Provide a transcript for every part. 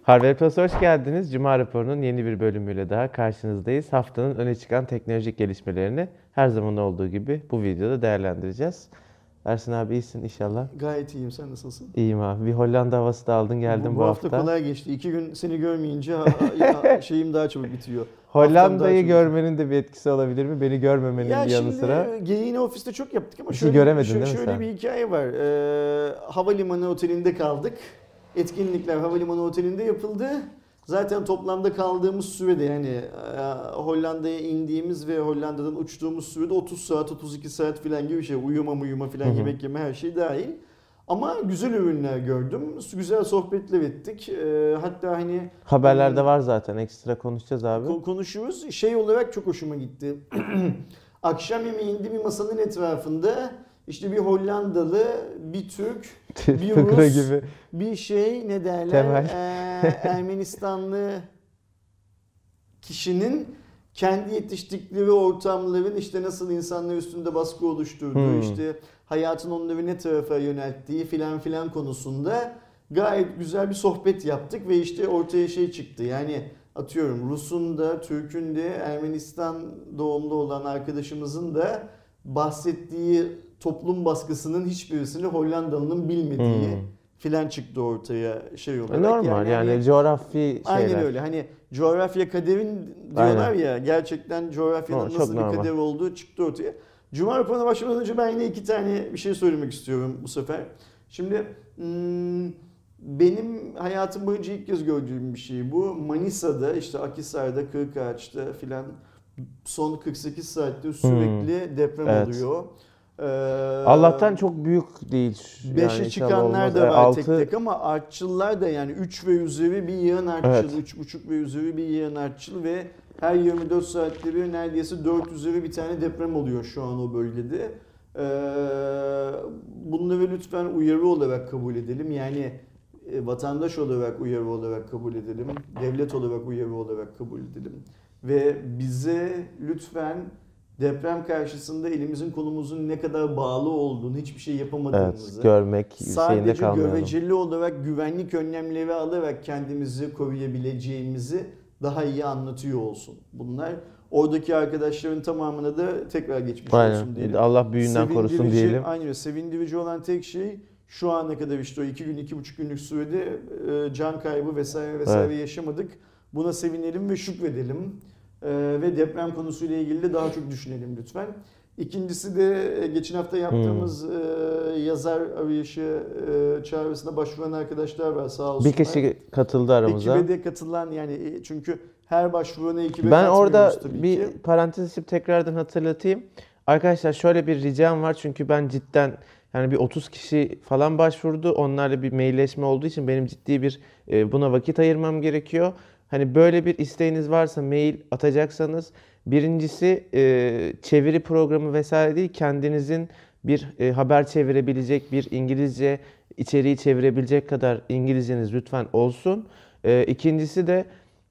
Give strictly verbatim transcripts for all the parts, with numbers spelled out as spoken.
Harvard Plus'a hoş geldiniz. Cuma raporunun yeni bir bölümüyle daha karşınızdayız. Haftanın öne çıkan teknolojik gelişmelerini her zaman olduğu gibi bu videoda değerlendireceğiz. Ersin abi iyisin inşallah. Gayet iyiyim. Sen nasılsın? İyiyim abi. Bir Hollanda havası da aldın geldin bu, bu, bu hafta. hafta. kolay geçti. İki gün seni görmeyince ha- ha- şeyim daha çabuk bitiyor. Hollanda'yı görmenin de bir etkisi olabilir mi? Beni görmemenin ya bir yanı sıra. Şimdi geyiğini ofiste çok yaptık ama Bir şey şöyle, göremedin şöyle, değil mi şöyle sen? bir hikaye var. Ee, havalimanı otelinde kaldık. Etkinlikler havalimanı otelinde yapıldı. Zaten toplamda kaldığımız sürede yani e, Hollanda'ya indiğimiz ve Hollanda'dan uçtuğumuz sürede otuz saat, otuz iki saat falan gibi bir şey. Uyuma uyuma falan, yemek yeme her şey dahil. Ama güzel ürünler gördüm. Güzel sohbetler ettik. E, hatta hani Haberlerde var zaten. Ekstra konuşacağız abi. konuşuyoruz. Şey olarak çok hoşuma gitti. Akşam yemeğinde bir masanın etrafında işte bir Hollandalı, bir Türk, bir Fıkra Rus, gibi. bir şey ne derler Temel. Ee, Ermenistanlı kişinin kendi yetiştikleri ortamların işte nasıl insanlar üstünde baskı oluşturduğu, Hmm. işte hayatın onları ne tarafa yönelttiği filan filan konusunda gayet güzel bir sohbet yaptık ve işte ortaya şey çıktı. Yani atıyorum Rus'un da Türk'ün de Ermenistan doğumlu olan arkadaşımızın da bahsettiği toplum baskısının hiçbirisini Hollandalı'nın bilmediği Hmm. filan çıktı ortaya şey olarak. Normal yani, yani coğrafi şeyler. Aynen öyle. Hani coğrafya kaderin diyorlar Aynen. ya, gerçekten coğrafyanın no, nasıl bir kader olduğu çıktı ortaya. Cuma raporuna başlamadan önce ben yine iki tane bir şey söylemek istiyorum bu sefer. Şimdi hmm, benim hayatım boyunca ilk kez gördüğüm bir şey bu. Manisa'da, işte Akhisar'da, Kırkağaç'ta filan son kırk sekiz saatte sürekli hmm. deprem evet. oluyor. Ee, Allah'tan çok büyük değil. beşe yani çıkanlar da var altı... tek tek ama artçıllar da yani üç ve üzeri bir yığın artçıl, evet. üç buçuk ve üzeri bir yığın artçıl ve her yirmi dört saatte bir neredeyse dört üzeri bir tane deprem oluyor şu an o bölgede. Ee, bunları lütfen uyarı olarak kabul edelim. Yani e, vatandaş olarak uyarı olarak kabul edelim. Devlet olarak uyarı olarak kabul edelim. Ve bize lütfen deprem karşısında elimizin kolumuzun ne kadar bağlı olduğunu, hiçbir şey yapamadığımızı, evet, görmek, sadece göreceli olarak güvenlik önlemleri alarak kendimizi koruyabileceğimizi daha iyi anlatıyor olsun bunlar. Oradaki arkadaşların tamamına da tekrar geçmiş aynen. olsun diyelim. Allah büyüğünden korusun diyelim. Aynen, sevindirici olan tek şey şu ana kadar işte o iki gün, iki buçuk günlük sürede e, can kaybı vesaire vesaire evet. yaşamadık. Buna sevinelim ve şükredelim. Ee, ve deprem konusuyla ilgili de daha çok düşünelim lütfen. İkincisi de geçen hafta yaptığımız hmm. e, yazar arayışı e, çağrısına başvuran arkadaşlar var sağ olsunlar. Bir kişi katıldı aramıza. Ekibe de katılan yani çünkü her başvurana ekibe ben orada tabii bir ki. parantez açıp tekrardan hatırlatayım. Arkadaşlar şöyle bir ricam var çünkü ben cidden yani bir otuz kişi falan başvurdu. Onlarla bir mailleşme olduğu için benim ciddi bir e, buna vakit ayırmam gerekiyor. Hani böyle bir isteğiniz varsa mail atacaksanız birincisi e, çeviri programı vesaire değil, kendinizin bir e, haber çevirebilecek, bir İngilizce içeriği çevirebilecek kadar İngilizceniz lütfen olsun. E, ikincisi de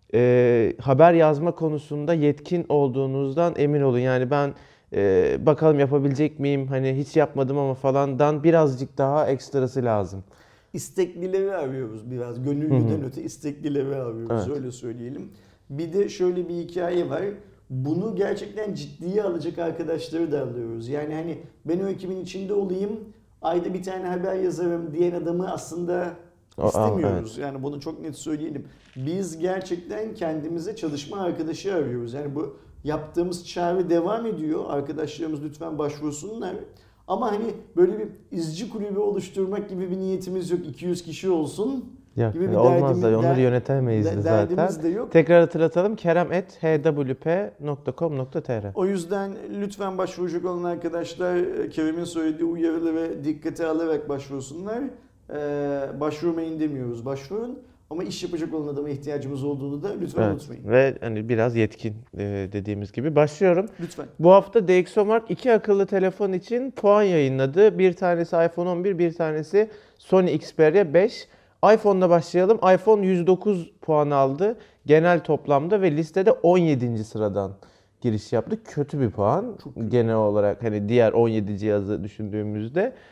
e, haber yazma konusunda yetkin olduğunuzdan emin olun. Yani ben e, bakalım yapabilecek miyim, hani hiç yapmadım ama falandan birazcık daha ekstrası lazım. İsteklileri arıyoruz biraz. Gönüllüden öte isteklileri arıyoruz. Evet. Öyle söyleyelim. Bir de şöyle bir hikaye var. Bunu gerçekten ciddiye alacak arkadaşları da alıyoruz. Yani hani ben o ekibin içinde olayım, ayda bir tane haber yazarım diyen adamı aslında istemiyoruz. Evet. Yani bunu çok net söyleyelim. Biz gerçekten kendimize çalışma arkadaşı arıyoruz. Yani bu yaptığımız çağrı devam ediyor. Arkadaşlarımız lütfen başvursunlar. Ama hani böyle bir izci kulübü oluşturmak gibi bir niyetimiz yok. iki yüz kişi olsun ya, gibi bir olmaz derdimiz, da onları yönetemeyiz de, zaten. De yok. Tekrar hatırlatalım. kerem at h w p nokta com nokta t r. O yüzden lütfen başvuracak olan arkadaşlar Kerem'in söylediği uyarıları ve dikkate alarak başvursunlar. Ee, başvurmayın demiyoruz. Başvurun. Ama iş yapacak olan adama ihtiyacımız olduğunu da lütfen evet. unutmayın. Ve hani biraz yetkin dediğimiz gibi. Başlıyorum. Lütfen. Bu hafta D X O Mark iki akıllı telefon için puan yayınladı. Bir tanesi iPhone on bir, bir tanesi Sony Xperia beş. iPhone'da başlayalım. iPhone yüz dokuz puan aldı genel toplamda ve listede on yedinci sıradan giriş yaptı. Kötü bir puan. Çok genel olarak hani diğer on yedi cihazı düşündüğümüzde.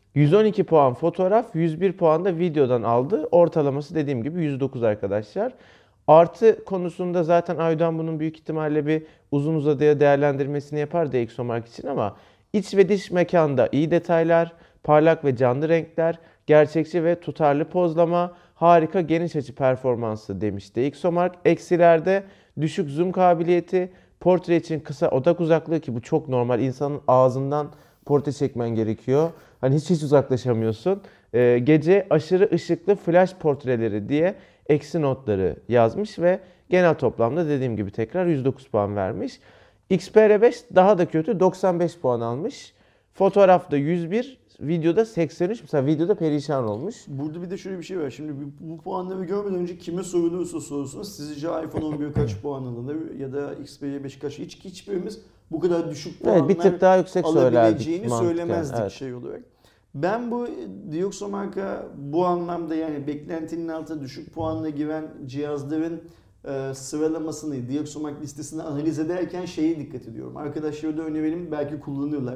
yüz on iki puan fotoğraf, yüz bir puan da videodan aldı. Ortalaması dediğim gibi yüz dokuz arkadaşlar. Artı konusunda zaten Aydoğan bunun büyük ihtimalle bir uzun uzadıya değerlendirmesini yapar D X O Mark için ama iç ve dış mekanda iyi detaylar, parlak ve canlı renkler, gerçekçi ve tutarlı pozlama, harika geniş açı performansı demiş D X O Mark. Eksilerde düşük zoom kabiliyeti, portre için kısa odak uzaklığı ki bu çok normal. İnsanın ağzından portre çekmen gerekiyor. Hani hiç hiç uzaklaşamıyorsun. Ee, gece aşırı ışıklı flash portreleri diye eksi notları yazmış ve genel toplamda dediğim gibi tekrar yüz dokuz puan vermiş. X P R beş daha da kötü, doksan beş puan almış. Fotoğrafta yüz bir, videoda seksen üç. Mesela videoda perişan olmuş. Burada bir de şöyle bir şey var. Şimdi bu, bu puanları görmeden önce kime sorulursa sorsunuz sizce iPhone on bir kaç puan alınır ya da X P R beş kaç, hiç hiçbirimiz bu kadar düşük puanlar Evet, bir tık daha yüksek alabileceğini söylerdik söylemezdik evet. şey olarak. Ben bu D X O Mark'a bu anlamda yani beklentinin altına düşük puanla giren cihazların e, sıralamasını D X O Mark listesini analiz ederken şeye dikkat ediyorum. Arkadaşlara da önerelim, belki kullanırlar.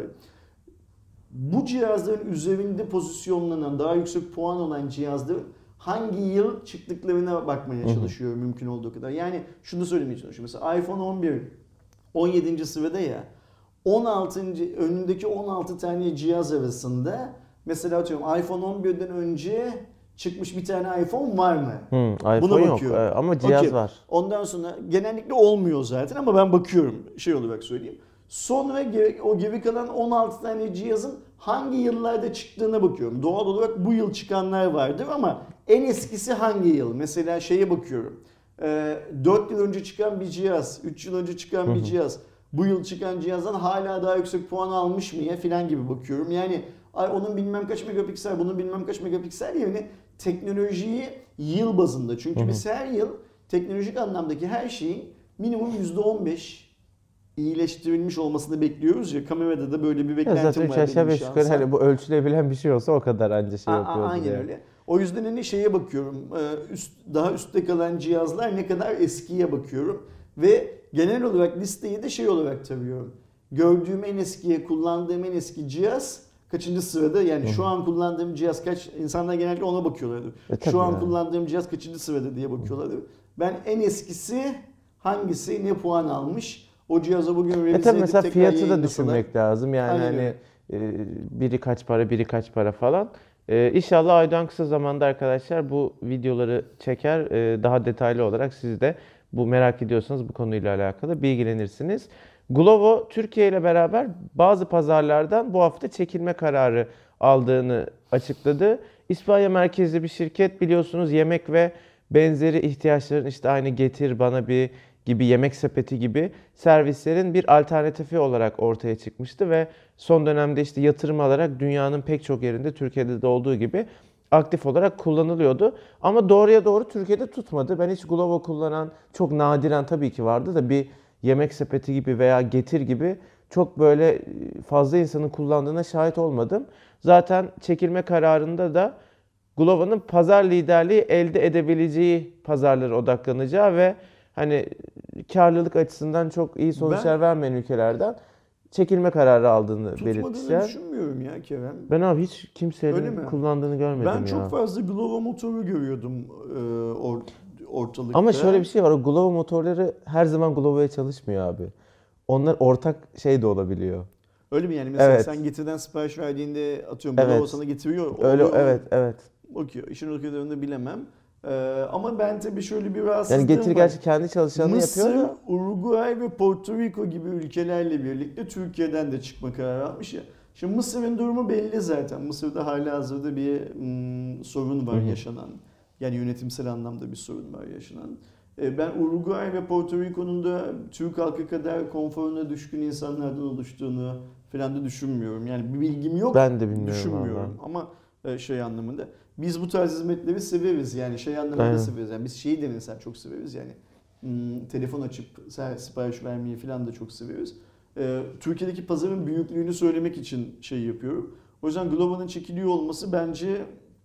Bu cihazların üzerinde pozisyonlanan, daha yüksek puan olan cihazların hangi yıl çıktıklarına bakmaya çalışıyorum mümkün olduğu kadar. Yani şunu söylemeye çalışıyorum. Mesela iPhone on bir on yedinci sırada ya, on altıncı önündeki on altı tane cihaz arasında mesela atıyorum iPhone on birden önce çıkmış bir tane iPhone var mı? Hmm, iPhone Buna yok bakıyorum. ama cihaz Okay. var. Ondan sonra genellikle olmuyor zaten ama ben bakıyorum şey olarak söyleyeyim. Sonra o geri kalan on altı tane cihazın hangi yıllarda çıktığına bakıyorum. Doğal olarak bu yıl çıkanlar vardır ama en eskisi hangi yıl? Mesela şeye bakıyorum. dört yıl önce çıkan bir cihaz, üç yıl önce çıkan bir cihaz, bu yıl çıkan cihazdan hala daha yüksek puan almış mı ya filan gibi bakıyorum. Yani ay onun bilmem kaç megapiksel, bunun bilmem kaç megapiksel yerine teknolojiyi yıl bazında. Çünkü hı hı. biz her yıl teknolojik anlamdaki her şeyin minimum yüzde on beş iyileştirilmiş olmasını bekliyoruz ya. Kamerada da böyle bir beklentim zaten var. Zaten aşağı beş yukarı hani bu ölçülebilen bir şey olsa o kadar anca şey yapıyordu. Aynen yani. öyle. O yüzden hani şeye bakıyorum. Üst, daha üstte kalan cihazlar ne kadar eskiye bakıyorum. Ve genel olarak listeyi de şey olarak tarıyorum. Gördüğüm en eskiye, kullandığım en eski cihaz kaçıncı sırada? Yani Hı-hı. şu an kullandığım cihaz kaç? İnsanlar genellikle ona bakıyorlardı. E, şu an yani. kullandığım cihaz kaçıncı sırada diye bakıyorlardı. Ben en eskisi hangisi, ne puan almış? O cihaza bugün revize e, edip mesela tekrar fiyatı da düşünmek lazım. Yani Aynen hani öyle. e, biri kaç para, biri kaç para falan. E, İnşallah Aydoğan kısa zamanda arkadaşlar bu videoları çeker. E, daha detaylı olarak siz de bu merak ediyorsanız bu konuyla alakalı bilgilenirsiniz. Glovo Türkiye ile beraber bazı pazarlardan bu hafta çekilme kararı aldığını açıkladı. İspanya merkezli bir şirket, biliyorsunuz yemek ve benzeri ihtiyaçların işte aynı Getir Bana Bir gibi, Yemek Sepeti gibi servislerin bir alternatifi olarak ortaya çıkmıştı ve son dönemde işte yatırım alarak dünyanın pek çok yerinde, Türkiye'de de olduğu gibi aktif olarak kullanılıyordu. Ama doğruya doğru Türkiye'de tutmadı. Ben hiç Glovo kullanan, çok nadiren tabii ki vardı da, bir Yemek Sepeti gibi veya Getir gibi çok böyle fazla insanın kullandığına şahit olmadım. Zaten çekilme kararında da Glovo'nun pazar liderliği elde edebileceği pazarlara odaklanacağı ve hani karlılık açısından çok iyi sonuçlar ben, vermeyen ülkelerden çekilme kararı aldığını belirtmişler. Tutmadığını düşünmüyorum ya Kerem. Ben abi hiç kimsenin kullandığını görmedim ben ya. Ben çok fazla Glovo motoru görüyordum e, or, ortalıkta. Ama şöyle bir şey var, o Glovo motorları her zaman Glovo'ya çalışmıyor abi. Onlar ortak şey de olabiliyor. Öyle mi yani? Mesela evet. sen Getir'den sipariş verdiğinde atıyorum Glovo evet. sana getiriyor. Öyle, evet, evet. Bakıyor. İşin o kadarını bilemem. Ee, ama ben tabii şöyle bir rahatsızlığım yani Getir var. gerçi kendi çalışanını Mısır, yapıyor da. Uruguay ve Porto Rico gibi ülkelerle birlikte Türkiye'den de çıkma kararı almış ya. Şimdi Mısır'ın durumu belli zaten. Mısır'da halihazırda bir ım, sorun var Hı-hı. yaşanan. Yani yönetimsel anlamda bir sorun var yaşanan. Ee, ben Uruguay ve Porto Rico'nun da Türk halkı kadar konforuna düşkün insanlardan oluştuğunu falan da düşünmüyorum. Yani bir bilgim yok. Ben de bilmiyorum. Düşünmüyorum Vallahi. ama e, şey anlamında. Biz bu tarz hizmetleri severiz yani şey anlamında Aynen. severiz. Yani biz şeyi de mesela çok severiz yani. Hmm, telefon açıp sipariş vermeyi falan da çok severiz. Ee, Türkiye'deki pazarın büyüklüğünü söylemek için şey yapıyorum. O yüzden Glovo'nun çekiliyor olması bence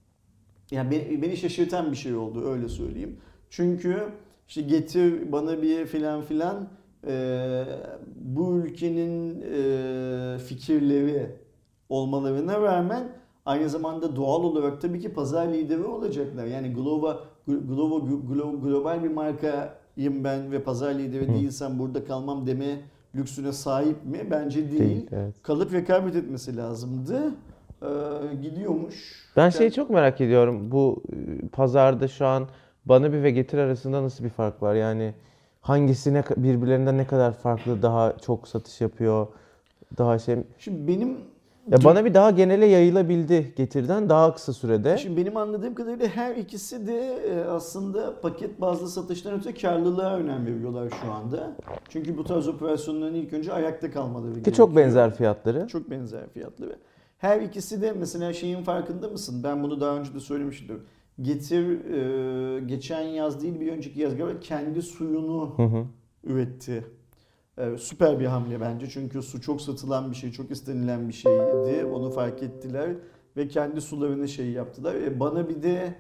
yani beni, beni şaşırtan bir şey oldu, öyle söyleyeyim. Çünkü işte Getir Bana Bir filan filan e, bu ülkenin e, fikirleri olmalarına rağmen aynı zamanda doğal olarak tabii ki pazar lideri olacaklar. Yani Glovo, Glovo Glo- global bir markayım ben ve pazar lideri Hı. değilsem burada kalmam deme lüksüne sahip mi? Bence değil. Değil, evet. Kalıp rekabet etmesi lazımdı. Ee, gidiyormuş. Ben şeyi çok merak ediyorum. Bu e, pazarda şu an Bana Bir ve Getir arasında nasıl bir fark var? Yani hangisi ne, birbirlerinden ne kadar farklı, daha çok satış yapıyor, daha şey. Şimdi benim Ya Bana Bir daha genele yayılabildi Getir'den daha kısa sürede. Şimdi benim anladığım kadarıyla her ikisi de e, aslında paket bazlı satıştan öte karlılığa önem veriyorlar şu anda. Çünkü bu tarz operasyonların ilk önce ayakta kalmaları Ki gerekiyor. çok benzer fiyatları. Çok benzer fiyatları. Her ikisi de mesela şeyin farkında mısın? Ben bunu daha önce de söylemiştim. Getir e, geçen yaz değil bir önceki yaz galiba kendi suyunu Hı hı. üretti. Ee, süper bir hamle bence çünkü su çok satılan bir şey, çok istenilen bir şeydi. Onu fark ettiler ve kendi sularını şey yaptılar. E, bana bir de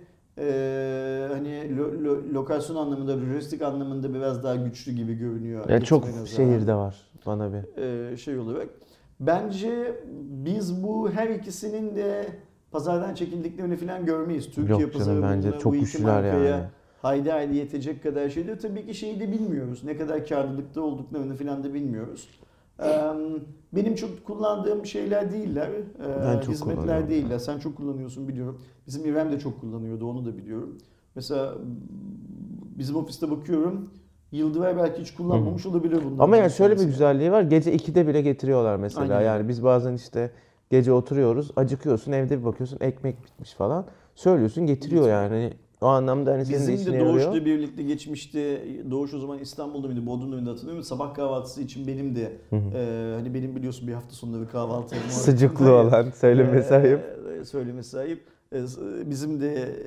e, hani lo, lo, lokasyon anlamında, lojistik anlamında biraz daha güçlü gibi görünüyor. Yani çok Getir'e nazaran. şehirde var Bana Bir. E, şey olarak. Bence biz bu her ikisinin de pazardan çekildiklerini falan görmeyiz. Türkiye Yok canım, pazarı bence bununla çok bu iki güçlüler markaya yani. haydi haydi yetecek kadar şeydir. Tabii ki şeyi de bilmiyoruz. Ne kadar karlılıkta olduklarını falan da bilmiyoruz. Ee, Benim çok kullandığım şeyler değiller. Ee, Ben çok hizmetler kullanıyorum. değiller. Sen çok kullanıyorsun biliyorum. Bizim İrem de çok kullanıyordu, onu da biliyorum. Mesela bizim ofiste bakıyorum. Yıldıray belki hiç kullanmamış olabilir bunlar. Ama yani şöyle bir güzelliği var. Gece ikide bile getiriyorlar mesela. Aynen öyle. Yani biz bazen işte gece oturuyoruz, acıkıyorsun, evde bir bakıyorsun ekmek bitmiş falan. Söylüyorsun, getiriyor Getiriyor. yani. Hani o anlamda hani senin de Bizim işine de yarıyor. Doğuş'la birlikte geçmişte, Doğuş o zaman İstanbul'da mıydı, Bodrum'da mıydı hatırlamıyorum. Sabah kahvaltısı için benim de e, hani benim biliyorsun bir hafta sonları kahvaltım var. Sıcıklı olan, söyleme sahip. E, söyleme sahip. E, bizim de e,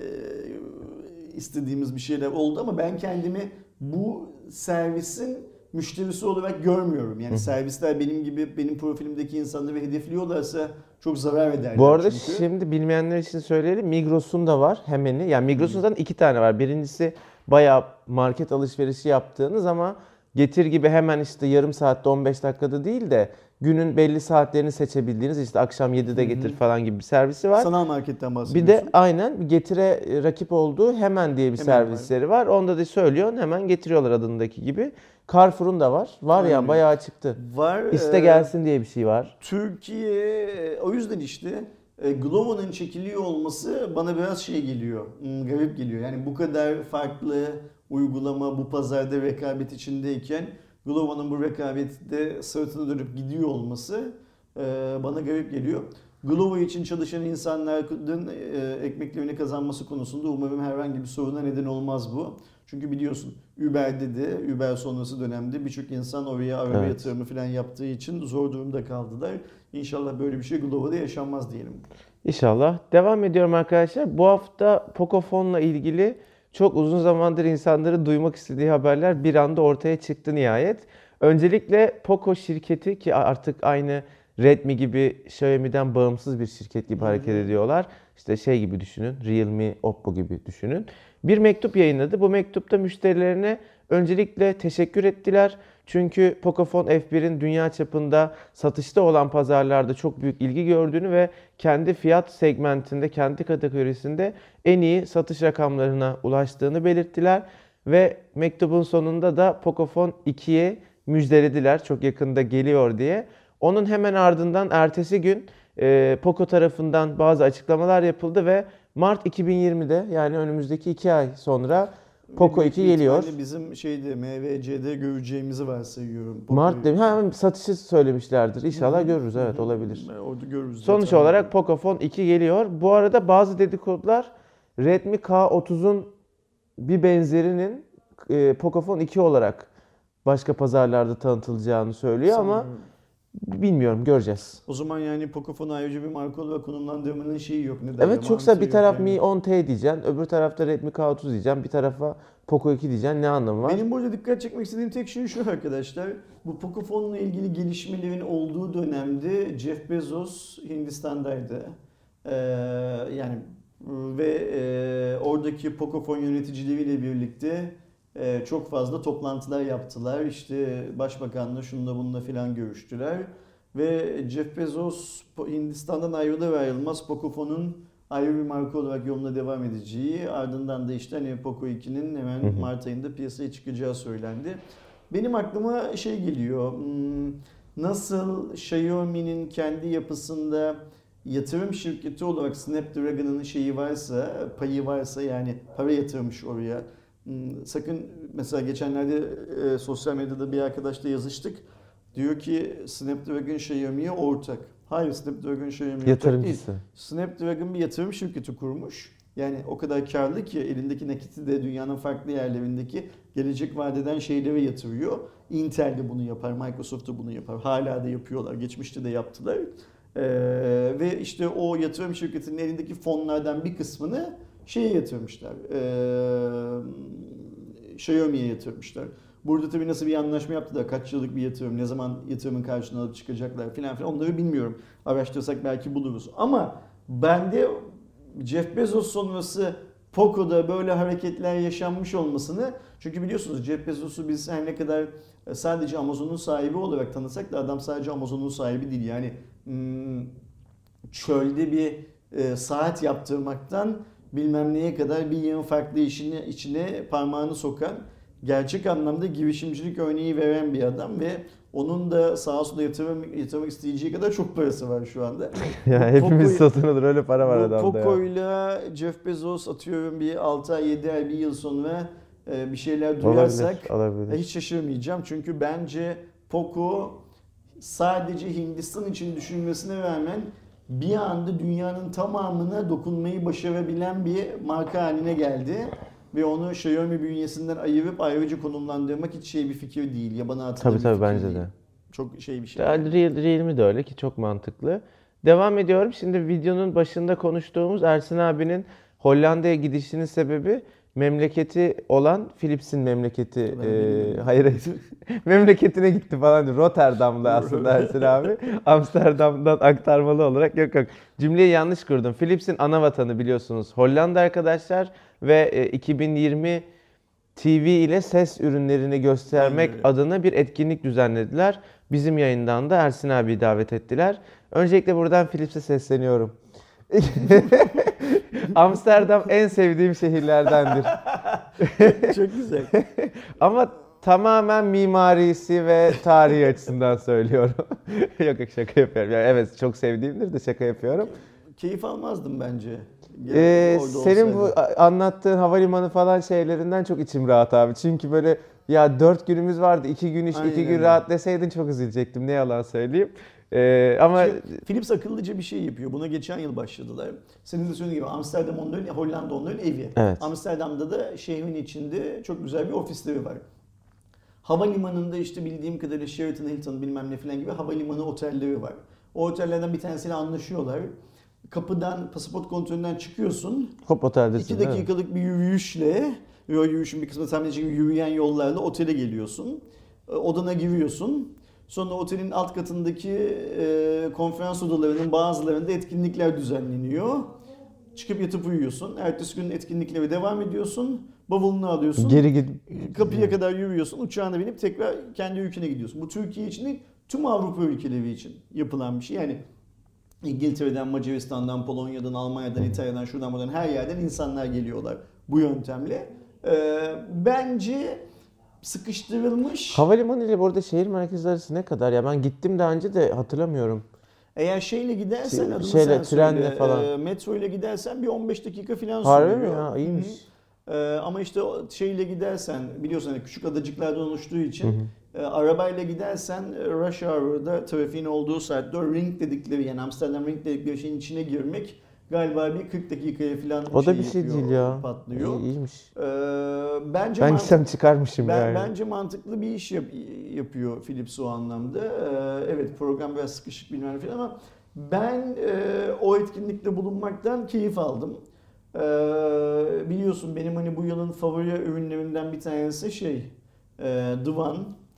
istediğimiz bir şeyler oldu ama ben kendimi bu servisin müşterisi olarak görmüyorum. Yani servisler benim gibi benim profilimdeki insanları hedefliyorlarsa çok zarar ederler. Bu arada çünkü. şimdi bilmeyenler için söyleyelim. Migros'un da var Hemen'i. Yani Migros'un zaten iki tane var. Birincisi bayağı market alışverişi yaptığınız ama Getir gibi hemen işte yarım saatte on beş dakikada değil de günün belli saatlerini seçebildiğiniz işte akşam yedide Getir falan gibi bir servisi var. Sanal marketten Bir bahsediyorsun. de aynen Getir'e rakip olduğu Hemen diye bir Hemen servisleri var. Onda da söylüyorsun hemen getiriyorlar adındaki gibi. Carrefour'un da var. Var Aynen ya öyle. bayağı çıktı. Var. İste e, gelsin diye bir şey var. Türkiye e, o yüzden işte e, Glovo'nun çekiliyor olması bana biraz şey geliyor. hmm, Garip geliyor. Yani bu kadar farklı uygulama bu pazarda rekabet içindeyken Glovo'nun bu rekabette sırtını dönüp gidiyor olması e, bana garip geliyor. Glovo için çalışan insanların e, ekmeklerini kazanması konusunda umarım herhangi bir soruna neden olmaz bu. Çünkü biliyorsun Uber'de de Uber sonrası dönemde birçok insan oraya araba Evet. yatırımı falan yaptığı için zor durumda kaldılar. İnşallah böyle bir şey Glovo'da yaşanmaz diyelim. İnşallah. Devam ediyorum arkadaşlar. Bu hafta Pocofone'la ilgili çok uzun zamandır insanların duymak istediği haberler bir anda ortaya çıktı nihayet. Öncelikle Poco şirketi ki artık aynı Redmi gibi Xiaomi'den bağımsız bir şirket gibi hareket ediyorlar. İşte şey gibi düşünün, Realme, Oppo gibi düşünün. Bir mektup yayınladı. Bu mektupta müşterilerine öncelikle teşekkür ettiler. Çünkü Pocophone F bir'in dünya çapında satışta olan pazarlarda çok büyük ilgi gördüğünü ve kendi fiyat segmentinde, kendi kategorisinde en iyi satış rakamlarına ulaştığını belirttiler. Ve mektubun sonunda da Pocophone ikiye müjdelediler çok yakında geliyor diye. Onun hemen ardından ertesi gün e, Poco tarafından bazı açıklamalar yapıldı ve Mart iki bin yirmide yani önümüzdeki iki ay sonra Poco Büyük iki bir geliyor. ihtimalle bizim şeyde M V C'de göreceğimizi varsayıyorum. Poco'yu. Mart demiş. Ha, satışı söylemişlerdir. İnşallah görürüz. Evet, olabilir. Orada görürüz. Sonuç zaten. olarak Pocophone iki geliyor. Bu arada bazı dedikodular Redmi K otuzun bir benzerinin e, Pocophone iki olarak başka pazarlarda tanıtılacağını söylüyor ama Sanmıyorum. bilmiyorum, göreceğiz. O zaman yani Pocophone ayrıca bir marka olarak konumlandırmanın şeyi yok. Ne derler? Evet, çoksa Mantığı bir yok taraf yani. Mi on T diyeceksin, öbür tarafta Redmi K otuz diyeceksin, bir tarafa Poco iki diyeceksin. Ne anlamı var? Benim burada dikkat çekmek istediğim tek şey şu arkadaşlar. Bu Pocophone'la ilgili gelişmelerin olduğu dönemde Jeff Bezos Hindistan'daydı. Ee, yani ve e, oradaki Pocophone yöneticileriyle birlikte e, çok fazla toplantılar yaptılar. İşte başbakanla şununla bununla filan görüştüler. Ve Jeff Bezos Hindistan'dan ayrılır ayrılmaz Pocophone ayrı bir marka olarak yoluna devam edeceği, ardından da işte hani Poco ikinin hemen hı hı. Mart ayında piyasaya çıkacağı söylendi. Benim aklıma şey geliyor, nasıl Xiaomi'nin kendi yapısında yatırım şirketi olarak Snapdragon'ın şeyi varsa, payı varsa, yani para yatırmış oraya. Sakın, mesela geçenlerde e, sosyal medyada bir arkadaşla yazıştık. Diyor ki Snapdragon Xiaomi'ye ortak. Hayır, Snapdragon Xiaomi'ye ortak değil. Snapdragon bir yatırım şirketi kurmuş. Yani o kadar karlı ki elindeki nakiti de dünyanın farklı yerlerindeki gelecek vadeden şeylere yatırıyor. Intel de bunu yapar, Microsoft da bunu yapar. Hala da yapıyorlar, geçmişte de yaptılar. Ee, ve işte o yatırım şirketinin elindeki fonlardan bir kısmını şeye yatırmışlar. Ee, Xiaomi'ye yatırmışlar. Burada tabii nasıl bir anlaşma yaptılar, kaç yıllık bir yatırım, ne zaman yatırımın karşılığını alıp çıkacaklar filan filan, onları bilmiyorum. Araştırsak belki buluruz. Ama bende Jeff Bezos sonrası Poco'da böyle hareketler yaşanmış olmasını, çünkü biliyorsunuz Jeff Bezos'u biz her ne kadar sadece Amazon'un sahibi olarak tanısak da adam sadece Amazon'un sahibi değil. Yani çölde bir saat yaptırmaktan bilmem neye kadar bir yığın farklı işine, içine parmağını sokan, gerçek anlamda girişimcilik örneği veren bir adam ve onun da sağa sola yatırım, yatırmak isteyeceği kadar çok parası var şu anda. Ya hepimiz satın alır, öyle para var adamda. Poco'yla Jeff Bezos atıyorum bir altı ay yedi ay bir yıl sonra bir şeyler duyarsak olabilir, olabilir. Hiç şaşırmayacağım. Çünkü bence Poco sadece Hindistan için düşünmesine rağmen bir anda dünyanın tamamına dokunmayı başarabilen bir marka haline geldi. Ve onu Xiaomi bünyesinden ayırıp ayrıca konumlandırmak hiç şey bir fikir değil. Yabana atılan bir tabii, fikir bence değil. De. Çok şey bir şey. Real, Realme de öyle ki çok mantıklı. Devam ediyorum. Şimdi videonun başında konuştuğumuz Ersin abinin Hollanda'ya gidişinin sebebi memleketi olan Philips'in memleketi. E, hayır hayır. Memleketine gitti falan diyor. Rotterdam'da aslında Ersin abi. Amsterdam'dan aktarmalı olarak yok yok. Cümleyi yanlış kurdum. Philips'in ana vatanı biliyorsunuz Hollanda arkadaşlar ve e, iki bin yirmi T V ile ses ürünlerini göstermek Aynen. adına bir etkinlik düzenlediler. Bizim yayından da Ersin abiyi davet ettiler. Öncelikle buradan Philips'e sesleniyorum. Amsterdam en sevdiğim şehirlerdendir. Çok güzel. Ama tamamen mimarisi ve tarihi açısından söylüyorum. yok yok şaka yapıyorum. Yani evet çok sevdiğimdir de şaka yapıyorum. Keyif almazdım bence. Ee, senin bu anlattığın havalimanı falan şeylerinden çok içim rahat abi. Çünkü böyle ya dört günümüz vardı, iki gün iş, Aynen iki gün öyle. rahat deseydin çok üzülecektim. Ne yalan söyleyeyim. Ee, ama Şimdi, Philips akıllıca bir şey yapıyor. Buna geçen yıl başladılar. Senin de söylediğin gibi Amsterdam onların, Hollanda onların evi. Evet. Amsterdam'da da şehrin içinde çok güzel bir ofisleri var. Havalimanında işte bildiğim kadarıyla Sheraton, Hilton bilmem ne falan gibi havalimanı otelleri var. O otellerden bir tanesiyle anlaşıyorlar. Kapıdan, pasaport kontrolünden çıkıyorsun. Hop oteldesin. İki dakikalık bir yürüyüşle, yürüyüşün bir kısmı tahmin edeceğim yürüyen yollarla otele geliyorsun. Odana giriyorsun. Sonra otelin alt katındaki e, konferans odalarının bazılarında etkinlikler düzenleniyor. Çıkıp yatıp uyuyorsun. Ertesi gün etkinliklere devam ediyorsun. Bavulunu alıyorsun. Geri git. Kapıya kadar yürüyorsun. Uçağına binip tekrar kendi ülkene gidiyorsun. Bu Türkiye için değil, tüm Avrupa ülkeleri için yapılan bir şey. Yani İngiltere'den, Macaristan'dan, Polonya'dan, Almanya'dan, İtalya'dan, şuradan buradan her yerden insanlar geliyorlar bu yöntemle. Ee, bence sıkıştırılmış. Havalimanı ile burada şehir merkezi arası ne kadar ya? Ben gittim daha önce de hatırlamıyorum. Eğer şeyle gidersen Şey, adını şeyle, sen trenle söyle, falan. E, metro ile gidersen bir on beş dakika falan Harbi sürüyor. mi ya? İyiymiş. Hı-hı. E, ama işte şeyle gidersen biliyorsun hani küçük adacıklardan oluştuğu için e, arabayla gidersen rush hour'da trafiğin olduğu saatte o ring dedikleri yani Amsterdam ring dedikleri şeyin içine girmek galiba bir kırk dakikaya falan o şey da bir şey yapıyor, değil ya. patlıyor. İyi, iyiymiş. Ee, bence ben gitsem çıkarmışım ben, yani. Bence mantıklı bir iş yap, yapıyor Philips o anlamda. Ee, evet program biraz sıkışık bilmem falan ama ben e, o etkinlikte bulunmaktan keyif aldım. Ee, biliyorsun benim hani bu yılın favori ürünlerimden bir tanesi şey e, Divan.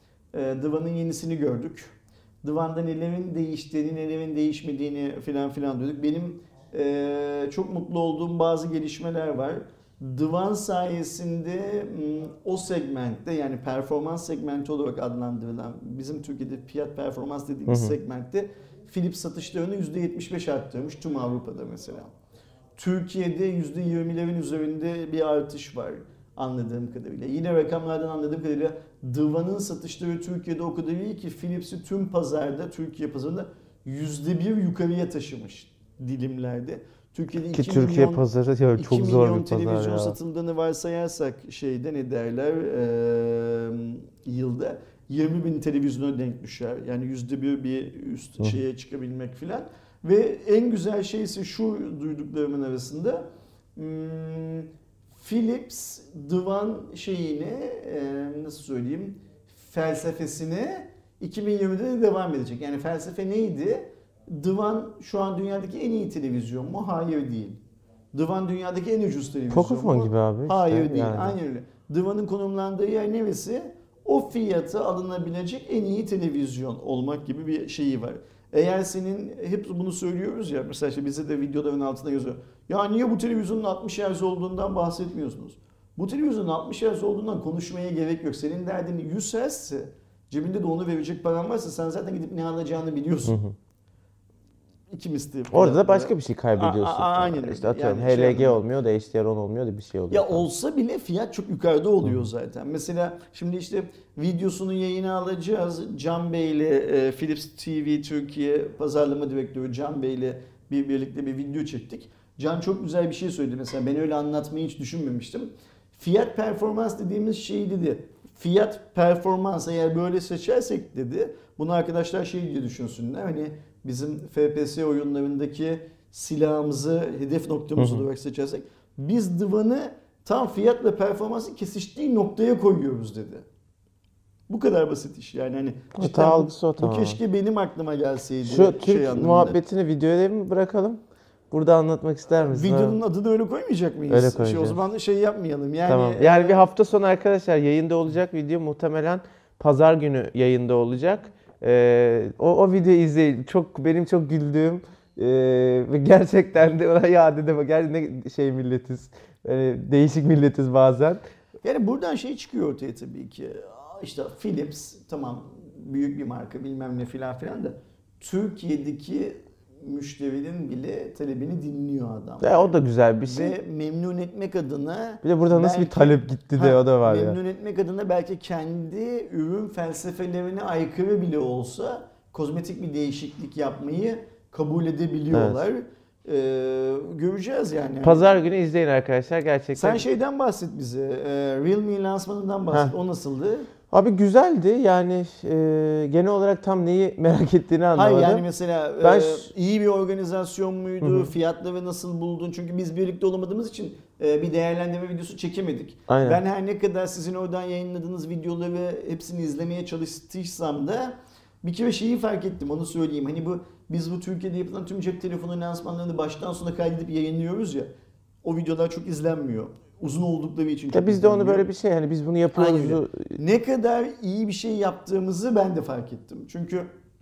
E, Divan'ın yenisini gördük. Divan'da nelerin değiştiğini, nelerin değişmediğini filan filan diyorduk. Benim Ee, çok mutlu olduğum bazı gelişmeler var. Divan sayesinde o segmentte, yani performans segmenti olarak adlandırılan, bizim Türkiye'de fiyat performans dediğimiz hı hı. segmentte Philips satışlarını yüzde yetmiş beş arttırmış tüm Avrupa'da mesela. Türkiye'de yüzde yirmilerin üzerinde bir artış var anladığım kadarıyla. Yine rakamlardan anladığım kadarıyla Divan'ın satışları Türkiye'de o kadar iyi ki Philips'i tüm pazarda, Türkiye pazarında yüzde bir yukarıya taşımış dilimlerde. Türkiye'de ki iki Türkiye milyon, pazarı ya, çok zor bir pazar televizyon ya. satıldığını varsayarsak şeyde ne derler e, yılda yirmi bin televizyona denk düşer. Yani yüzde bir bir üst Hı. şeye çıkabilmek filan. Ve en güzel şey ise şu duyduklarımın arasında hmm, Philips Divan şeyine e, nasıl söyleyeyim felsefesine iki bin yirmide de devam edecek. Yani felsefe neydi? Divan şu an dünyadaki en iyi televizyon mu? Hayır değil. Divan dünyadaki en ucuz televizyon Pocophone mu? gibi abi işte. Hayır değil. Yani. Aynen öyle. Divan'ın konumlandığı yer neresi? O fiyata alınabilecek en iyi televizyon olmak gibi bir şeyi var. Eğer senin, hep bunu söylüyoruz ya, mesela işte bize de videoların altında yazıyor. Ya niye bu televizyonun altmış hertz olduğundan bahsetmiyorsunuz? Bu televizyonun altmış hertz olduğundan konuşmaya gerek yok. Senin derdin yüz hertzse, cebinde de onu verecek paran varsa sen zaten gidip ne alacağını biliyorsun. Hı hı. İkimiz de. Orada da başka bir şey kaybediyorsun. A- a- aynen öyle. İşte atıyorum yani H L G şey olmuyor da H D R on olmuyor da bir şey oluyor. Ya falan. Olsa bile fiyat çok yukarıda oluyor Hı. zaten. Mesela şimdi işte videosunu yayına alacağız. Can Bey ile e, Philips T V Türkiye pazarlama direktörü Can Bey ile bir birlikte bir video çektik. Can çok güzel bir şey söyledi mesela. Ben öyle anlatmayı hiç düşünmemiştim. Fiyat performans dediğimiz şey dedi. Fiyat performans eğer böyle seçersek dedi. Bunu arkadaşlar şey diye düşünsünler. Hani bizim F P S oyunlarındaki silahımızı hedef noktamız hı hı. olarak seçersek biz Divan'ı tam fiyatla performansın kesiştiği noktaya koyuyoruz dedi. Bu kadar basit iş yani hani cidden bu, o, tamam. bu keşke benim aklıma gelseydi. Şu Türk şey muhabbetini videoya mı bırakalım? Burada anlatmak ister misin? Videonun ha? adını öyle koymayacak mıyız? Öyle koyacağız. Şey, o zaman şey yapmayalım. Yani, tamam. Yani e... bir hafta sonu arkadaşlar yayında olacak video, muhtemelen pazar günü yayında olacak. Ee, o, o videoyu izleyin. Çok benim çok güldüğüm e, ve gerçekten de ona ya dedim gerçekten ne şey milletiz. Yani değişik milletiz bazen. Yani buradan şey çıkıyor ortaya tabii ki. İşte Philips tamam büyük bir marka bilmem ne filan filan da Türkiye'deki müşterinin bile talebini dinliyor adam. Ya o da güzel bir şey. Ve memnun etmek adına... Bir de burada nasıl belki, bir talep gitti de ha, o da var memnun ya. Memnun etmek adına belki kendi ürün felsefelerine aykırı bile olsa kozmetik bir değişiklik yapmayı kabul edebiliyorlar. Evet. Ee, göreceğiz yani. Pazar günü izleyin arkadaşlar gerçekten. Sen şeyden bahset bize. E, Realme lansmanından bahset. Heh. O nasıldı? Abi güzeldi yani e, genel olarak tam neyi merak ettiğini anlamadım. Hayır yani mesela ben e, iyi bir organizasyon muydu, Hı-hı. fiyatları nasıl buldun? Çünkü biz birlikte olamadığımız için e, bir değerlendirme videosu çekemedik. Aynen. Ben her ne kadar sizin oradan yayınladığınız videoları hepsini izlemeye çalıştıysam da bir kere şeyi fark ettim, onu söyleyeyim. Hani bu biz bu Türkiye'de yapılan tüm cep telefonu lansmanlarını baştan sona kaydedip yayınlıyoruz ya. O videolar çok izlenmiyor. Uzun oldukları için çok ya biz de onu böyle bir şey hani biz bunu yapıyoruz. Ne kadar iyi bir şey yaptığımızı ben de fark ettim. Çünkü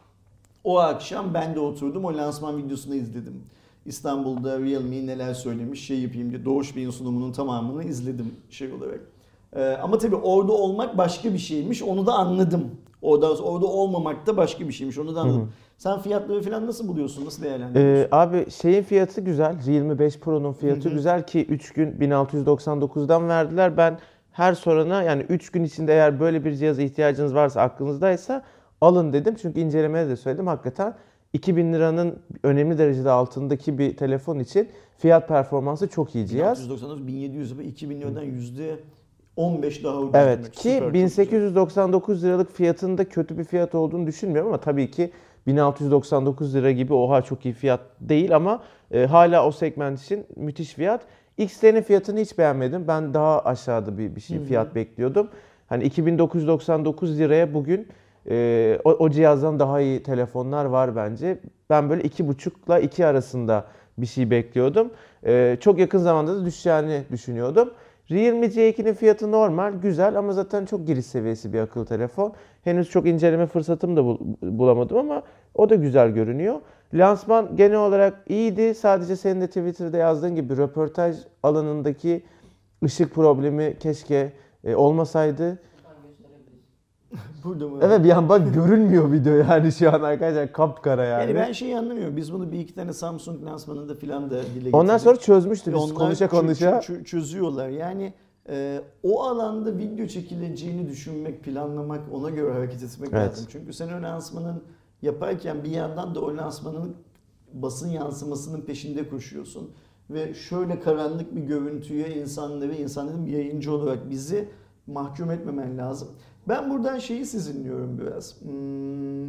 o akşam ben de oturdum o lansman videosunu izledim. İstanbul'da Realme neler söylemiş şey yapayım diye Doğuş Bey'in sunumunun tamamını izledim şey olarak. Ee, ama tabii orada olmak başka bir şeymiş, onu da anladım. Orada orada olmamak da başka bir şeymiş, onu da anladım. Hı hı. Sen fiyatları falan nasıl buluyorsun, nasıl değerlendiriyorsun? Ee, abi şeyin fiyatı güzel, Realme beş Pro'nun fiyatı hı hı. güzel ki üç gün bin altı yüz doksan dokuzdan verdiler. Ben her sorana yani üç gün içinde eğer böyle bir cihaza ihtiyacınız varsa aklınızdaysa alın dedim. Çünkü incelemede de söyledim hakikaten iki bin liranın önemli derecede altındaki bir telefon için fiyat performansı çok iyi cihaz. bin altı yüz doksan dokuz bin yedi yüz ve iki bin liradan yüzde on beş daha ucuz. Evet demek. ki Süper, bin sekiz yüz doksan dokuz liralık fiyatında kötü bir fiyat olduğunu düşünmüyorum ama tabii ki bin altı yüz doksan dokuz lira gibi oha çok iyi fiyat değil ama e, hala o segment için müthiş fiyat. X T'nin fiyatını hiç beğenmedim. Ben daha aşağıda bir, bir şey fiyat Hı-hı. bekliyordum. Hani iki bin dokuz yüz doksan dokuz liraya bugün e, o, o cihazdan daha iyi telefonlar var bence. Ben böyle iki buçukla iki arasında bir şey bekliyordum. E, çok yakın zamanda da düşeceğini düşünüyordum. Realme C iki'nin fiyatı normal, güzel ama zaten çok giriş seviyesi bir akıllı telefon. Henüz çok inceleme fırsatım da bulamadım ama o da güzel görünüyor. Lansman genel olarak iyiydi. Sadece senin de Twitter'da yazdığın gibi röportaj alanındaki ışık problemi keşke e, olmasaydı. Burada mı? Evet, bir an bak görünmüyor video yani şu an arkadaşlar, kapkara yani. Yani ben şeyi anlamıyorum. Biz bunu bir iki tane Samsung lansmanında filan da dile getirdik. Ondan sonra çözmüştü biz Onlar konuşa çö- konuşa. çö- çö- çözüyorlar. Yani e, o alanda video çekileceğini düşünmek, planlamak, ona göre hareket etmek Evet. lazım. Çünkü sen o lansmanın yaparken bir yandan da o lansmanın basın yansımasının peşinde koşuyorsun. Ve şöyle karanlık bir görüntüye insanları, insanların bir yayıncı olarak bizi mahkum etmemen lazım. Ben buradan şeyi sizinliyorum biraz. Hmm,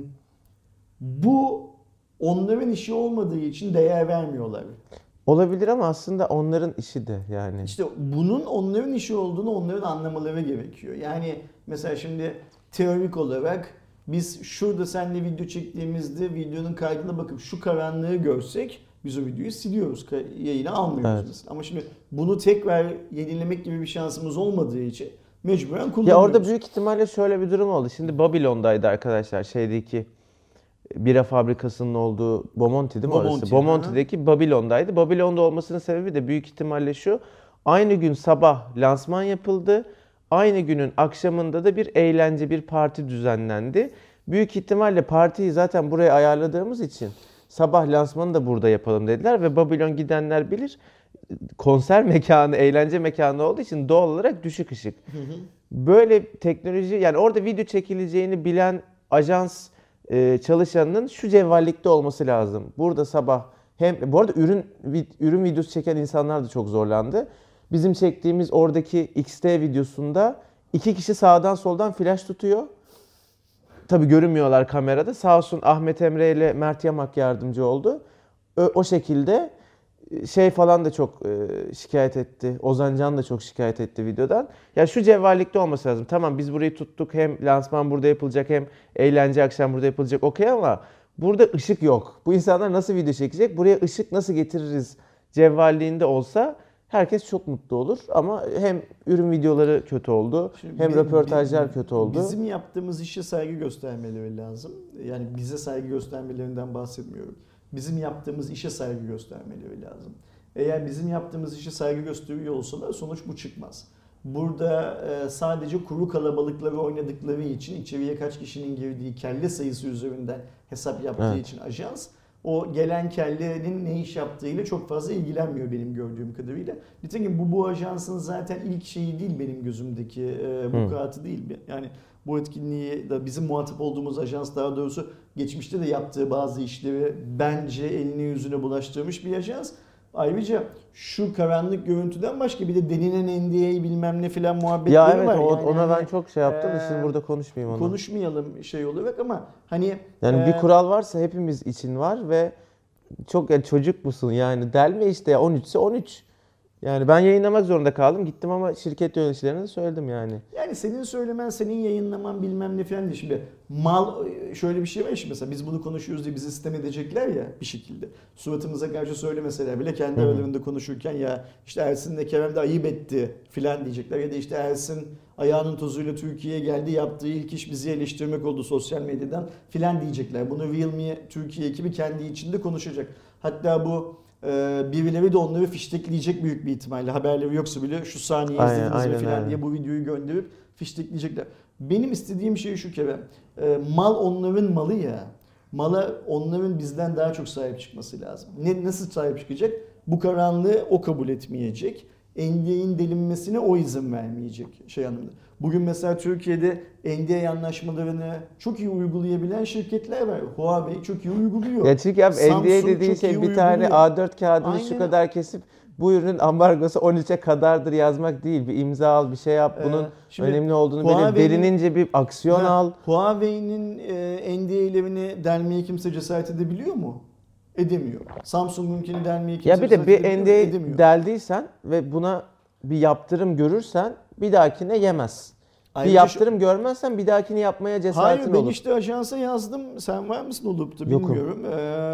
bu onların işi olmadığı için değer vermiyorlar. Olabilir ama aslında onların işi de yani. İşte bunun onların işi olduğunu onların anlamaları gerekiyor. Yani mesela şimdi teorik olarak biz şurada seninle video çektiğimizde videonun kaydına bakıp şu karanlığı görsek biz o videoyu siliyoruz, yayına almıyoruz Evet. mesela. Ama şimdi bunu tekrar yenilemek gibi bir şansımız olmadığı için mecburen kullanıyoruz. Ya orada büyük ihtimalle şöyle bir durum oldu. Şimdi Babylon'daydı arkadaşlar, şeydeki bira fabrikasının olduğu Bomonti değil mi Bomonti, orası? Bomonti'deki Babylon'daydı. Babylon'da olmasının sebebi de büyük ihtimalle şu. Aynı gün sabah lansman yapıldı. Aynı günün akşamında da bir eğlence, bir parti düzenlendi. Büyük ihtimalle partiyi zaten buraya ayarladığımız için sabah lansmanı da burada yapalım dediler ve Babylon gidenler bilir. Konser mekanı, eğlence mekanı olduğu için doğal olarak düşük ışık. Böyle teknoloji, yani orada video çekileceğini bilen ajans e, çalışanının şu cevvallikte olması lazım. Burada sabah hem bu arada ürün ürün videosu çeken insanlar da çok zorlandı. Bizim çektiğimiz oradaki X T videosunda iki kişi sağdan soldan flash tutuyor. Tabii görünmüyorlar kamerada. Sağ olsun Ahmet Emre ile Mert Yamak yardımcı oldu. O, o şekilde şey falan da çok e, şikayet etti. Ozan Can da çok şikayet etti videodan. Ya şu cevvallikte olması lazım. Tamam biz burayı tuttuk. Hem lansman burada yapılacak hem eğlence akşam burada yapılacak. Okey ama burada ışık yok. Bu insanlar nasıl video çekecek? Buraya ışık nasıl getiririz? Cevvalliğinde olsa herkes çok mutlu olur. Ama hem ürün videoları kötü oldu. Şimdi hem bi- röportajlar bi- kötü oldu. Bizim yaptığımız işe saygı göstermeleri lazım. Yani bize saygı göstermelerinden bahsetmiyorum. Bizim yaptığımız işe saygı göstermeleri lazım. Eğer bizim yaptığımız işe saygı gösteriyor olsalar sonuç bu çıkmaz. Burada e, sadece kuru kalabalıkları oynadıkları için içeriye kaç kişinin girdiği kelle sayısı üzerinden hesap yaptığı Evet. için ajans o gelen kellenin ne iş yaptığıyla çok fazla ilgilenmiyor benim gördüğüm kadarıyla. Nitekim bu bu ajansın zaten ilk şeyi değil benim gözümdeki e, vukuatı değil. Yani bu etkinliği da bizim muhatap olduğumuz ajans daha doğrusu geçmişte de yaptığı bazı işleri bence eline yüzüne bulaştırmış bir ajans. Ayrıca şu karanlık görüntüden başka bir de denilen N D A bilmem ne filan muhabbetleri Ya evet var. o- Yani ona hani, ben çok şey yaptım da e, şimdi burada konuşmayayım onu. konuşmayalım şey olarak ama hani Yani e, bir kural varsa hepimiz için var ve çok yani çocuk musun yani delme işte ya on üç ise on üç. Yani ben yayınlamak zorunda kaldım gittim ama şirket yöneticilerine de söyledim yani. Yani senin söylemen, senin yayınlaman bilmem ne falan değil. Şimdi mal şöyle bir şey var şimdi mesela biz bunu konuşuyoruz diye bizi sistem edecekler ya bir şekilde. Suratımıza karşı söylemeseler bile kendi Hı hı. aralarında konuşurken ya işte Ersin'le Kerem de ayıp etti filan diyecekler. Ya da işte Ersin ayağının tozuyla Türkiye'ye geldi yaptığı ilk iş bizi eleştirmek oldu sosyal medyadan filan diyecekler. Bunu Realme Türkiye ekibi kendi içinde konuşacak. Hatta bu Ee, birileri de onları fiştekleyecek büyük bir ihtimalle. Haberleri yoksa bile şu saniye Aynen, izlediniz mi aynen, falan aynen. diye bu videoyu gönderip fiştekleyecekler. Benim istediğim şey şu Kerem. Ee, mal onların malı ya. Mala onların bizden daha çok sahip çıkması lazım. Ne, nasıl sahip çıkacak? Bu karanlığı o kabul etmeyecek. N D A'nin delinmesine o izin vermeyecek şey anlamında. Bugün mesela Türkiye'de N D A anlaşmalarını çok iyi uygulayabilen şirketler var. Huawei çok iyi uyguluyor. Ya çünkü abi N D A Samsung dediğin çok şey iyi bir tane uyguluyor. A dört kağıdını şu Aynen. kadar kesip bu ürünün ambargosu on üçe kadardır yazmak değil. Bir imza al, bir şey yap. Bunun Ee, şimdi önemli olduğunu böyle Huawei'nin- derinince bir aksiyon Ha, al. Huawei'nin e, N D A'lerini delmeye kimse cesaret edebiliyor mu? Edemiyor. Samsung'unkini delmeye kimse Ya bir de cesaret bir edebiliyor N mu? D A Edemiyor. deldiysen ve buna bir yaptırım görürsen bir dahakine yemez. Bir Ayrıca yaptırım görmezsen bir dahakini yapmaya Hayır cesaretin ben olur. işte ajansa yazdım. Sen var mısın olup da Yokum. bilmiyorum.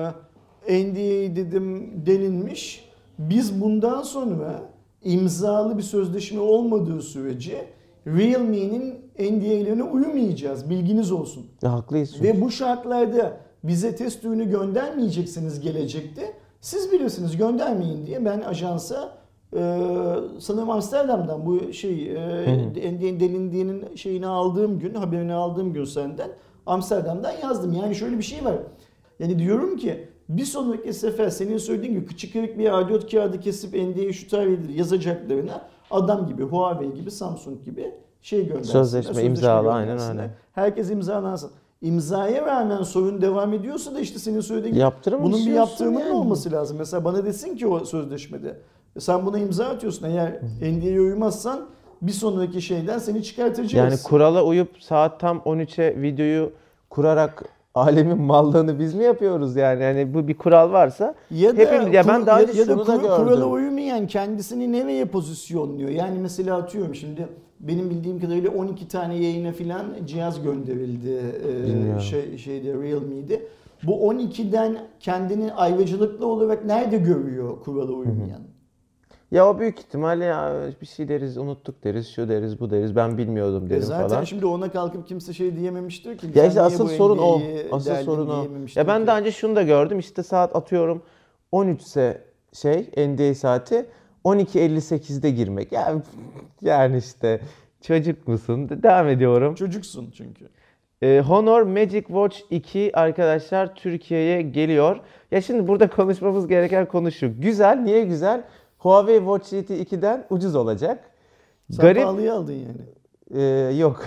Ee, N D A dedim delinmiş. Biz bundan sonra imzalı bir sözleşme olmadığı sürece Realme'nin N D A'lerine uymayacağız. Bilginiz olsun. Ya, haklıyız çünkü. Ve bu şartlarda bize test ürünü göndermeyeceksiniz gelecekte. Siz bilirsiniz göndermeyin diye ben ajansa Ee, sanırım Amsterdam'dan bu şey e, delindiğinin şeyini aldığım gün, haberini aldığım gün senden Amsterdam'dan yazdım. Yani şöyle bir şey var. Yani diyorum ki bir sonraki sefer senin söylediğin gibi küçük kırık bir A dört kağıdı kesip N D A şu tarihleri yazacaklarına adam gibi, Huawei gibi, Samsung gibi şey göndersinler. Sözleşme imzalı, aynen öyle. Herkes imzalansın. İmzaya rağmen sorun devam ediyorsa da işte senin söylediğin gibi Yaptırım bunun bir istiyorsun yaptırımının yani. olması lazım. Mesela bana desin ki o sözleşmede sen buna imza atıyorsun, eğer N D A'ya uymazsan bir sonraki şeyden seni çıkartacağız. Yani kurala uyup saat tam on üçe videoyu kurarak alemin mallığını biz mi yapıyoruz yani? Yani bu bir kural varsa ya da, hepimiz, ya ben daha ya, önce ya da şunu da kur, gördüm. kurala uymayan kendisini nereye pozisyonluyor? Yani mesela atıyorum şimdi benim bildiğim kadarıyla on iki tane yayına filan cihaz gönderildi ee, şey şeyde Realme'de. Bu on ikiden kendini ayrıcalıklı olarak nerede görüyor kurala uymayan? Ya o büyük ihtimalle ya bir şey deriz, unuttuk deriz, şu deriz, bu deriz, ben bilmiyordum E derim zaten falan. şimdi ona kalkıp kimse şey diyememiştir ki. Ya sen işte niye asıl bu sorun o. N D A'yı Asıl derdin sorun o. diyememiştir Ya ben ki. daha önce şunu da gördüm. İşte saat atıyorum on üç ise şey N D A saati on iki elli sekizde girmek. Ya yani işte çocuk musun? Devam ediyorum. Çocuksun çünkü. Ee, Honor Magic Watch iki arkadaşlar Türkiye'ye geliyor. Ya şimdi burada konuşmamız gereken konu şu. Güzel. Niye güzel? Huawei Watch G T ikiden ucuz olacak. Sen Garip. pahalıya aldın yani. Ee, yok.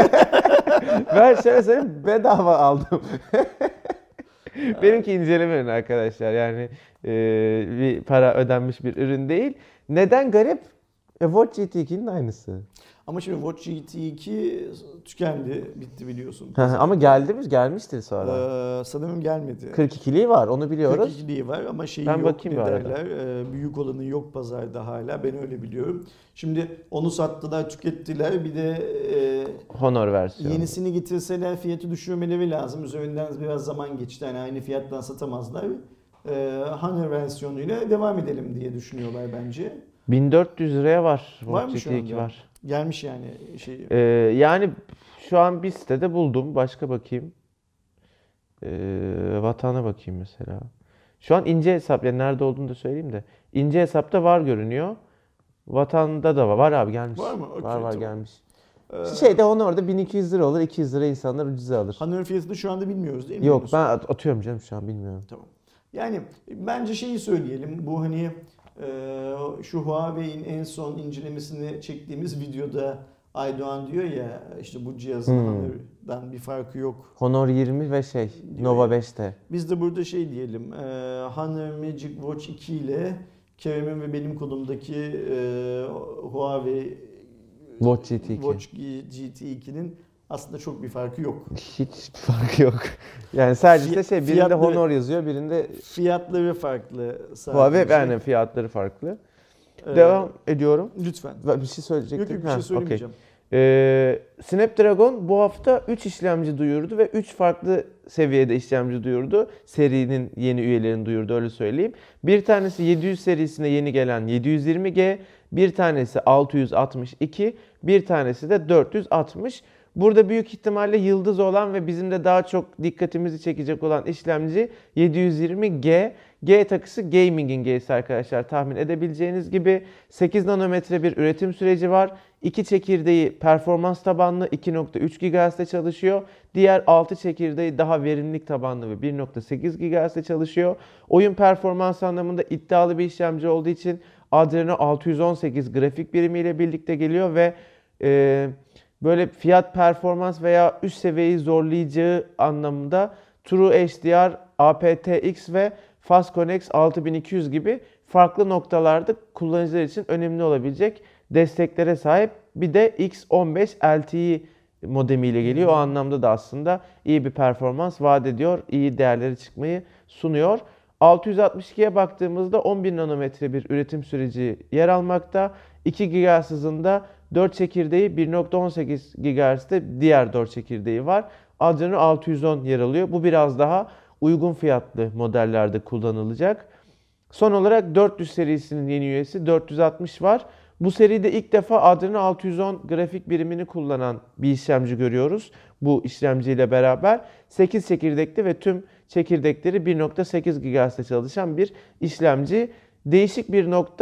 Ben şöyle söyleyeyim, bedava aldım. Benimki inceleme ürünü arkadaşlar. Yani e, bir para ödenmiş bir ürün değil. Neden garip? E, Watch G T ikinin aynısı. Ama şimdi Watch G T iki tükendi, bitti biliyorsun. Ama geldi mi? Gelmiştir sonra. Ee, sanırım gelmedi. kırk ikiliği var, onu biliyoruz. kırk ikiliği var ama şeyi Ben yok, bakayım ne bir arada. derler, ee, büyük olanı yok pazarda hala, ben öyle biliyorum. Şimdi onu sattılar, tükettiler, bir de e, Honor versiyonu. yenisini getirseler fiyatı düşürmeleri lazım. Üzerinden biraz zaman geçti, yani aynı fiyattan satamazlar. Ee, Honor versiyonuyla devam edelim diye düşünüyorlar bence. bin dört yüz liraya var. Var mı Watch şu G T iki anda? var. Gelmiş yani şeyi. Ee, yani şu an bir sitede buldum. Başka bakayım. Ee, Vatana bakayım mesela. Şu an ince hesap, yani nerede olduğunu da söyleyeyim de. İnce hesapta var görünüyor. Vatanda da var. Var abi, gelmiş. Var mı? Okey, var var tamam. gelmiş. Ee, Şeyde Honor'da bin iki yüz lira olur. iki yüz lira insanlar ucuza alır. Honor fiyatını şu anda bilmiyoruz değil mi? Yok, Yunus? ben at- atıyorum canım, şu an bilmiyorum. Tamam. Yani bence şeyi söyleyelim. Bu hani e, şu Huawei'in en son incelemesini çektiğimiz videoda Aydoğan diyor ya, işte bu cihazın Hmm. Honor'dan bir farkı yok. Honor yirmi ve şey Diyor Nova ya. beşte. Biz de burada şey diyelim. E, Honor Magic Watch iki ile Kerem'in ve benim kodumdaki e, Huawei Watch G T iki. Watch G T ikinin aslında çok bir farkı yok. Hiçbir farkı yok. Yani sadece işte şey, birinde Fiyatları- Honor yazıyor, birinde Fiyatları farklı sadece. Huawei, yani fiyatları farklı. Ee, Devam ediyorum. Lütfen. Ben bir şey söyleyecektim. Yok yok, bir Ha, şey okey. söylemeyeceğim. Ee, Snapdragon bu hafta üç işlemci duyurdu ve üç farklı seviyede işlemci duyurdu. Serinin yeni üyelerini duyurdu, öyle söyleyeyim. Bir tanesi yedi yüz serisine yeni gelen yedi yüz yirmi G, bir tanesi altı yüz altmış iki, bir tanesi de dört yüz altmış. Burada büyük ihtimalle yıldız olan ve bizim de daha çok dikkatimizi çekecek olan işlemci yedi yüz yirmi G. G takısı gaming'in G'si arkadaşlar, tahmin edebileceğiniz gibi. sekiz nanometre bir üretim süreci var. İki çekirdeği performans tabanlı iki nokta üç gigahertz'te çalışıyor. Diğer altı çekirdeği daha verimlilik tabanlı ve bir nokta sekiz gigahertz'te çalışıyor. Oyun performans anlamında iddialı bir işlemci olduğu için Adreno altı yüz on sekiz grafik birimiyle birlikte geliyor ve e, böyle fiyat performans veya üst seviyeyi zorlayacağı anlamında True H D R, A P T X ve Fast Connex altı bin iki yüz gibi farklı noktalarda kullanıcılar için önemli olabilecek desteklere sahip. Bir de X on beş L T E modemiyle geliyor. O anlamda da aslında iyi bir performans vaat ediyor. İyi değerleri çıkmayı sunuyor. altı yüz altmış ikiye baktığımızda on bir nanometre bir üretim süreci yer almakta. iki gigahertz hızında dört çekirdeği, bir nokta on sekiz gigahertz'te diğer dört çekirdeği var. Adreno altı yüz on yer alıyor. Bu biraz daha uygun fiyatlı modellerde kullanılacak. Son olarak dört yüz serisinin yeni üyesi dört yüz altmış var. Bu seride ilk defa Adreno altı yüz on grafik birimini kullanan bir işlemci görüyoruz. Bu işlemciyle beraber sekiz çekirdekli ve tüm çekirdekleri bir nokta sekiz gigahertz'te çalışan bir işlemci. Değişik bir nokta,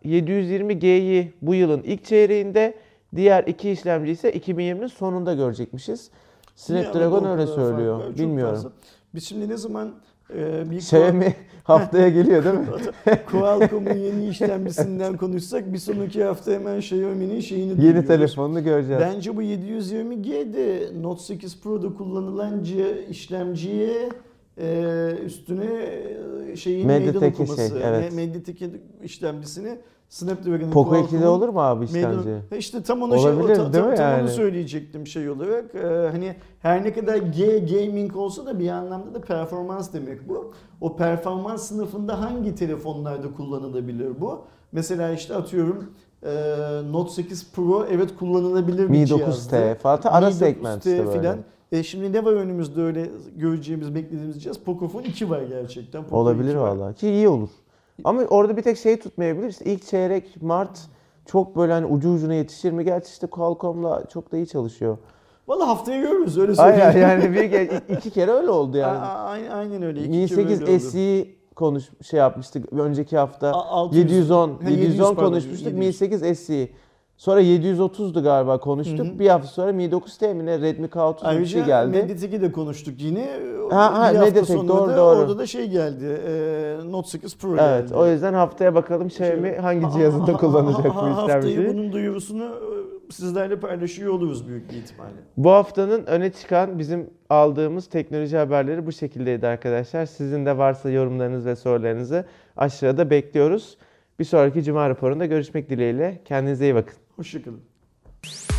yedi yüz yirmi G'yi bu yılın ilk çeyreğinde, diğer iki işlemci ise iki bin yirminin sonunda görecekmişiz. Snapdragon öyle söylüyor. Bilmiyorum. Fazla. Biz şimdi ne zaman e, bir Xiaomi haftaya geliyor değil mi? Qualcomm'un yeni işlemcisinden konuşsak bir sonraki hafta hemen Xiaomi'nin şeyini Yeni duyuyoruz. telefonunu göreceğiz. Bence bu yedi yüz yirmi G de Note sekiz Pro'da kullanılan C işlemciye e, üstüne şeyin meydan okuması. Şey, evet. Mediatek'in işlemcisini Snapdragon'ın Poco ikide olur mu abi işlemci? Meydan, işte tam onu olabilir, şey, o, ta, değil mi tam yani? onu söyleyecektim şey olarak. Ee, hani her ne kadar G gaming olsa da bir anlamda da performans demek bu. O performans sınıfında hangi telefonlarda kullanılabilir bu? Mesela işte atıyorum e, Note sekiz Pro evet kullanılabilir bir Mi cihazdı. dokuz T falan ara segment işte böyle. Filan. E şimdi ne var önümüzde öyle göreceğimiz, beklediğimiz cihaz? Pocophone iki var gerçekten. Poco olabilir valla ki iyi olur. Ama orada bir tek şey tutmayabilir. İşte ilk çeyrek Mart çok böyle hani ucu ucuna yetişir mi? Gerçi işte Qualcomm'la çok da iyi çalışıyor. Valla haftaya görürüz öyle söyleyeyim. Aynen yani bir iki kere öyle oldu yani. Aynen, aynen öyle. İki Mi sekiz S'yi konuş şey yapmıştık önceki hafta. altı yüz, yedi yüz on he, yedi yüz on pardon, konuşmuştuk. yedi yüz. Mi sekiz S'yi. Sonra yedi yüz otuzdu galiba konuştuk. Hı hı. Bir hafta sonra Mi dokuz T mi ne Redmi K otuz bir şey geldi. Mediatek'i de konuştuk yine. Ha, ha, bir hafta Mediatek, sonra doğru, da doğru. orada da şey geldi. E, Note sekiz Pro evet, geldi. Evet o yüzden haftaya bakalım Xiaomi hangi cihazında kullanacak bu işlemciyi. Haftayı bunun duyurusunu sizlerle paylaşıyor oluruz büyük bir ihtimalle. Bu haftanın öne çıkan bizim aldığımız teknoloji haberleri bu şekildeydi arkadaşlar. Sizin de varsa yorumlarınız ve sorularınızı aşağıda bekliyoruz. Bir sonraki Cuma raporunda görüşmek dileğiyle. Kendinize iyi bakın. Hoşçakalın.